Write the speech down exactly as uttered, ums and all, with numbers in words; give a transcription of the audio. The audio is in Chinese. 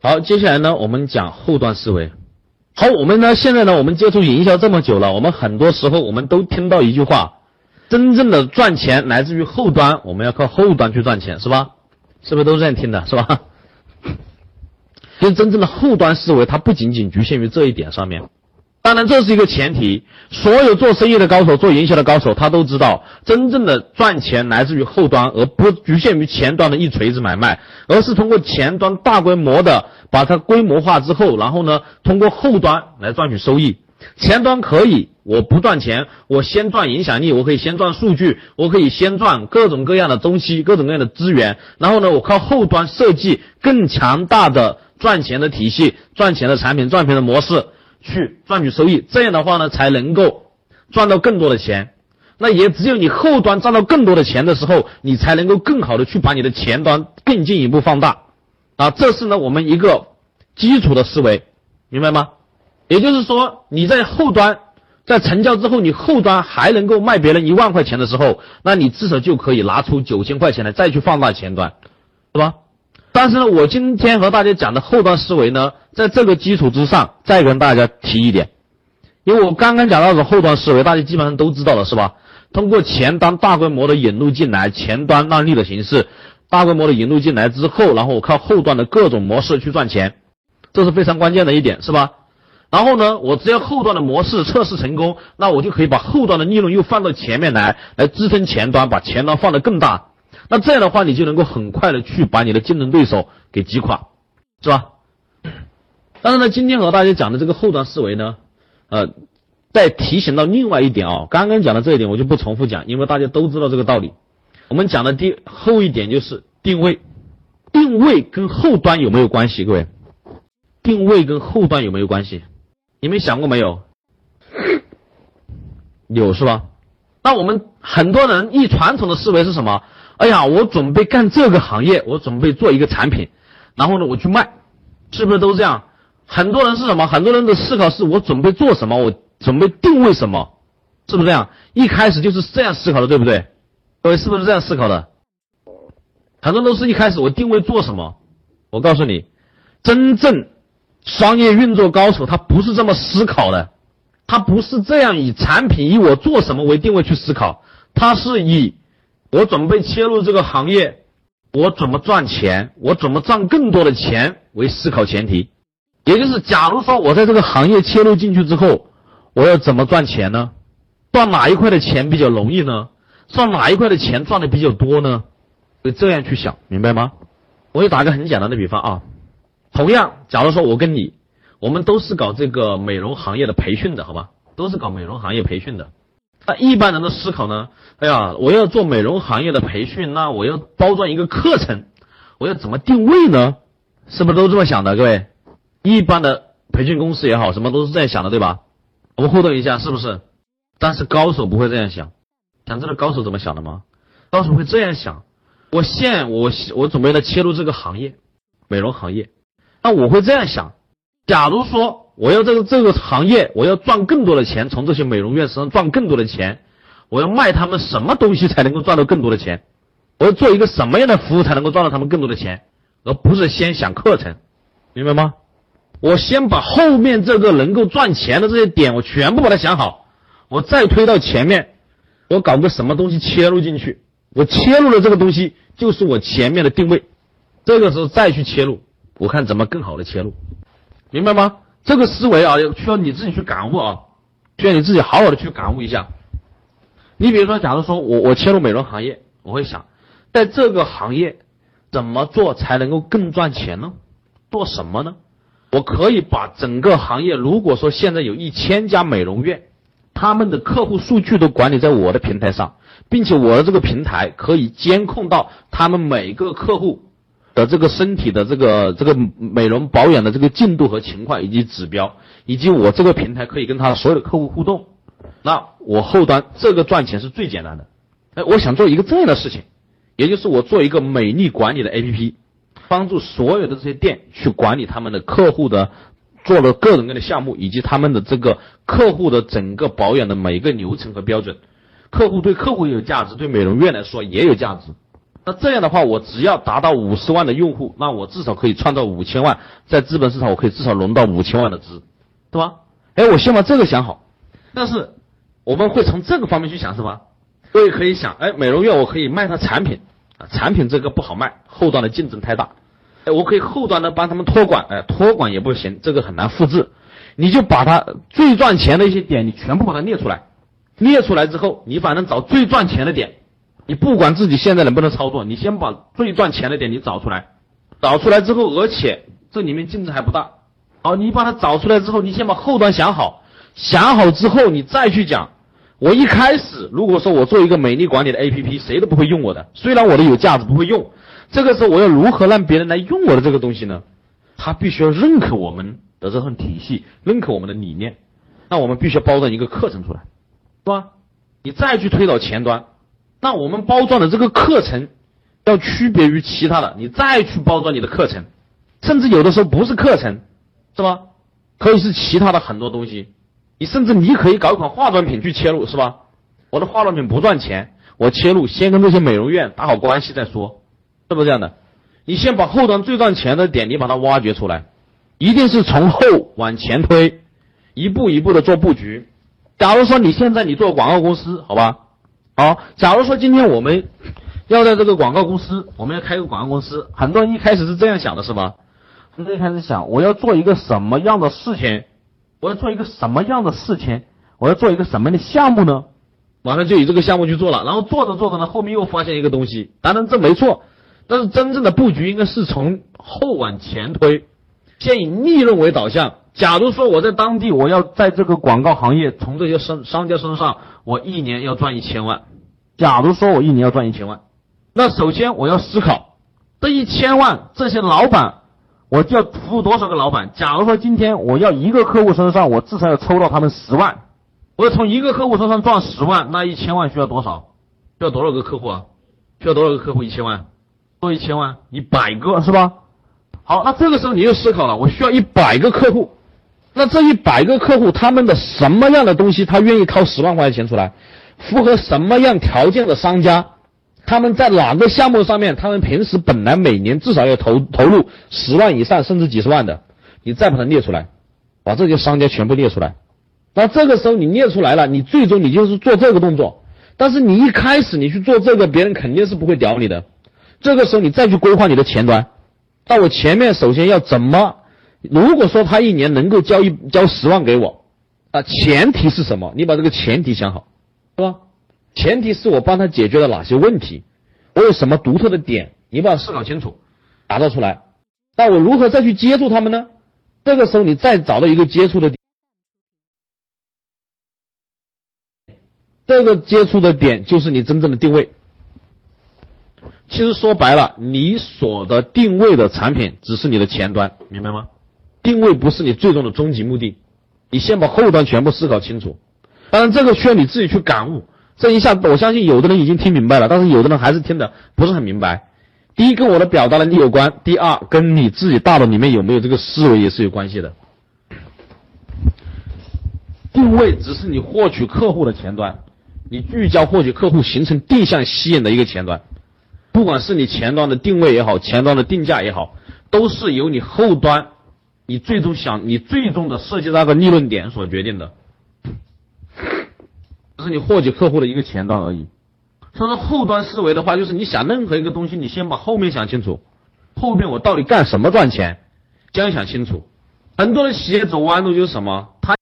好，接下来呢，我们讲后端思维。好，我们呢，现在呢，我们接触营销这么久了，我们很多时候我们都听到一句话，真正的赚钱来自于后端，我们要靠后端去赚钱，是吧？是不是都是这样听的，是吧？其实真正的后端思维，它不仅仅局限于这一点上面。当然，这是一个前提。所有做生意的高手、做营销的高手，他都知道，真正的赚钱来自于后端，而不局限于前端的一锤子买卖，而是通过前端大规模的把它规模化之后，然后呢，通过后端来赚取收益。前端可以，我不赚钱，我先赚影响力，我可以先赚数据，我可以先赚各种各样的东西、各种各样的资源，然后呢，我靠后端设计更强大的赚钱的体系、赚钱的产品、赚钱的模式。去赚取收益，这样的话呢，才能够赚到更多的钱。那也只有你后端赚到更多的钱的时候，你才能够更好的去把你的前端更进一步放大啊，这是呢我们一个基础的思维，明白吗？也就是说，你在后端在成交之后，你后端还能够卖别人一万块钱的时候，那你至少就可以拿出九千块钱来再去放大前端，是吧？但是呢，我今天和大家讲的后端思维呢，在这个基础之上，再跟大家提一点，因为我刚刚讲到的后端思维，大家基本上都知道了，是吧？通过前端大规模的引入进来，前端让利的形式，大规模的引入进来之后，然后我靠后端的各种模式去赚钱，这是非常关键的一点，是吧？然后呢，我只要后端的模式测试成功，那我就可以把后端的利润又放到前面来，来支撑前端，把前端放得更大。那这样的话，你就能够很快的去把你的竞争对手给击垮，是吧？但是呢，今天和大家讲的这个后端思维呢，呃，再提醒到另外一点啊，刚刚讲的这一点我就不重复讲，因为大家都知道这个道理。我们讲的第后一点就是定位，定位跟后端有没有关系？各位，定位跟后端有没有关系？你们想过没有？有，是吧？那我们很多人一传统的思维是什么？哎呀，我准备干这个行业，我准备做一个产品，然后呢，我去卖，是不是都这样？很多人是什么？很多人的思考是我准备做什么，我准备定位什么，是不是这样？一开始就是这样思考的，对不对？各位是不是这样思考的？很多都是一开始我定位做什么。我告诉你，真正商业运作高手他不是这么思考的，他不是这样以产品以我做什么为定位去思考，他是以我准备切入这个行业，我怎么赚钱，我怎么赚更多的钱为思考前提。也就是假如说我在这个行业切入进去之后，我要怎么赚钱呢？赚哪一块的钱比较容易呢？赚哪一块的钱赚的比较多呢？会这样去想，明白吗？我会打个很简单的比方啊，同样假如说我跟你，我们都是搞这个美容行业的培训的，好吧，都是搞美容行业培训的。那一般人的思考呢，哎呀，我要做美容行业的培训，那我要包装一个课程，我要怎么定位呢？是不是都这么想的？各位，一般的培训公司也好，什么都是这样想的，对吧？我们互动一下，是不是？但是高手不会这样想。想知道高手怎么想的吗？高手会这样想，我现我我准备来切入这个行业，美容行业，那我会这样想，假如说我要这个这个行业，我要赚更多的钱，从这些美容院身上赚更多的钱，我要卖他们什么东西才能够赚到更多的钱？我要做一个什么样的服务才能够赚到他们更多的钱？而不是先想课程，明白吗？我先把后面这个能够赚钱的这些点，我全部把它想好，我再推到前面，我搞个什么东西切入进去，我切入的这个东西就是我前面的定位，这个时候再去切入，我看怎么更好的切入，明白吗？这个思维啊，需要你自己去感悟啊，需要你自己好好的去感悟一下。你比如说，假如说我我切入美容行业，我会想，在这个行业怎么做才能够更赚钱呢？做什么呢？我可以把整个行业，如果说现在有一千家美容院，他们的客户数据都管理在我的平台上，并且我的这个平台可以监控到他们每个客户的这个身体的这个这个美容保养的这个进度和情况以及指标，以及我这个平台可以跟他所有的客户互动，那我后端这个赚钱是最简单的。哎，我想做一个这样的事情，也就是我做一个美丽管理的 A P P， 帮助所有的这些店去管理他们的客户的做了各种各样的项目，以及他们的这个客户的整个保养的每一个流程和标准。客户对客户有价值，对美容院来说也有价值。 那这样的话，我只要达到五十万的用户，那我至少可以创造五千万，在资本市场我可以至少融到五千万的资，对吧？哎，我先把这个想好。但是我们会从这个方面去想，是吧？我也可以想，哎，美容院我可以卖它产品啊，产品这个不好卖，后端的竞争太大。哎，我可以后端的帮他们托管，哎，托管也不行，这个很难复制。你就把它最赚钱的一些点，你全部把它列出来。列出来之后，你反正找最赚钱的点。你不管自己现在能不能操作，你先把最赚钱的点你找出来。找出来之后，而且这里面竞争还不大。好，你把它找出来之后，你先把后端想好。想好之后，你再去讲。我一开始如果说我做一个美丽管理的 A P P， 谁都不会用我的，虽然我的有价值不会用，这个时候我要如何让别人来用我的这个东西呢？他必须要认可我们的这份体系，认可我们的理念。那我们必须要包装一个课程出来，是吧？你再去推导前端，那我们包装的这个课程要区别于其他的，你再去包装你的课程，甚至有的时候不是课程，是吧？可以是其他的很多东西。你甚至你可以搞一款化妆品去切入，是吧？我的化妆品不赚钱，我切入先跟这些美容院打好关系再说，是不是这样的？你先把后端最赚钱的点你把它挖掘出来，一定是从后往前推，一步一步的做布局。假如说你现在你做广告公司，好吧？好，假如说今天我们要在这个广告公司，我们要开个广告公司，很多人一开始是这样想的，是吧？很多人一开始想，我要做一个什么样的事情？我要做一个什么样的事情？我要做一个什么样的项目呢？马上就以这个项目去做了，然后做着做着呢，后面又发现一个东西，当然这没错，但是真正的布局应该是从后往前推，先以利润为导向。假如说我在当地，我要在这个广告行业，从这些商商家身上，我一年要赚一千万。假如说我一年要赚一千万，那首先我要思考，这一千万，这些老板，我就要服务多少个老板？假如说今天我要一个客户身上，我至少要抽到他们十万。我要从一个客户身上赚十万，那一千万需要多少？需要多少个客户啊？需要多少个客户？一千万，多一千万，一百个是吧？好，那这个时候你又思考了，我需要一百个客户，那这一百个客户他们的什么样的东西，他愿意掏十万块钱出来？符合什么样条件的商家？他们在哪个项目上面？他们平时本来每年至少要投投入十万以上，甚至几十万的，你再把它列出来，把这些商家全部列出来。那这个时候你列出来了，你最终你就是做这个动作，但是你一开始你去做这个，别人肯定是不会屌你的。这个时候你再去规划你的前端，那我前面首先要怎么？如果说他一年能够交一交十万给我，啊，前提是什么？你把这个前提想好，是吧？前提是我帮他解决了哪些问题，我有什么独特的点，你把它思考清楚，打造出来。那我如何再去接触他们呢？这个时候你再找到一个接触的点。这个接触的点就是你真正的定位。其实说白了，你所的定位的产品只是你的前端，明白吗？定位不是你最终的终极目的，你先把后端全部思考清楚。当然这个需要你自己去感悟，这一下我相信有的人已经听明白了，但是有的人还是听得不是很明白。第一跟我的表达能力有关，第二跟你自己大脑里面有没有这个思维也是有关系的。定位只是你获取客户的前端，你聚焦获取客户，形成定向吸引的一个前端。不管是你前端的定位也好，前端的定价也好，都是由你后端你最终想你最终的设计那个利润点所决定的，这是你获取客户的一个前端而已。所以说后端思维的话，就是你想任何一个东西，你先把后面想清楚，后面我到底干什么赚钱，先想清楚。很多的企业走弯路就是什么？他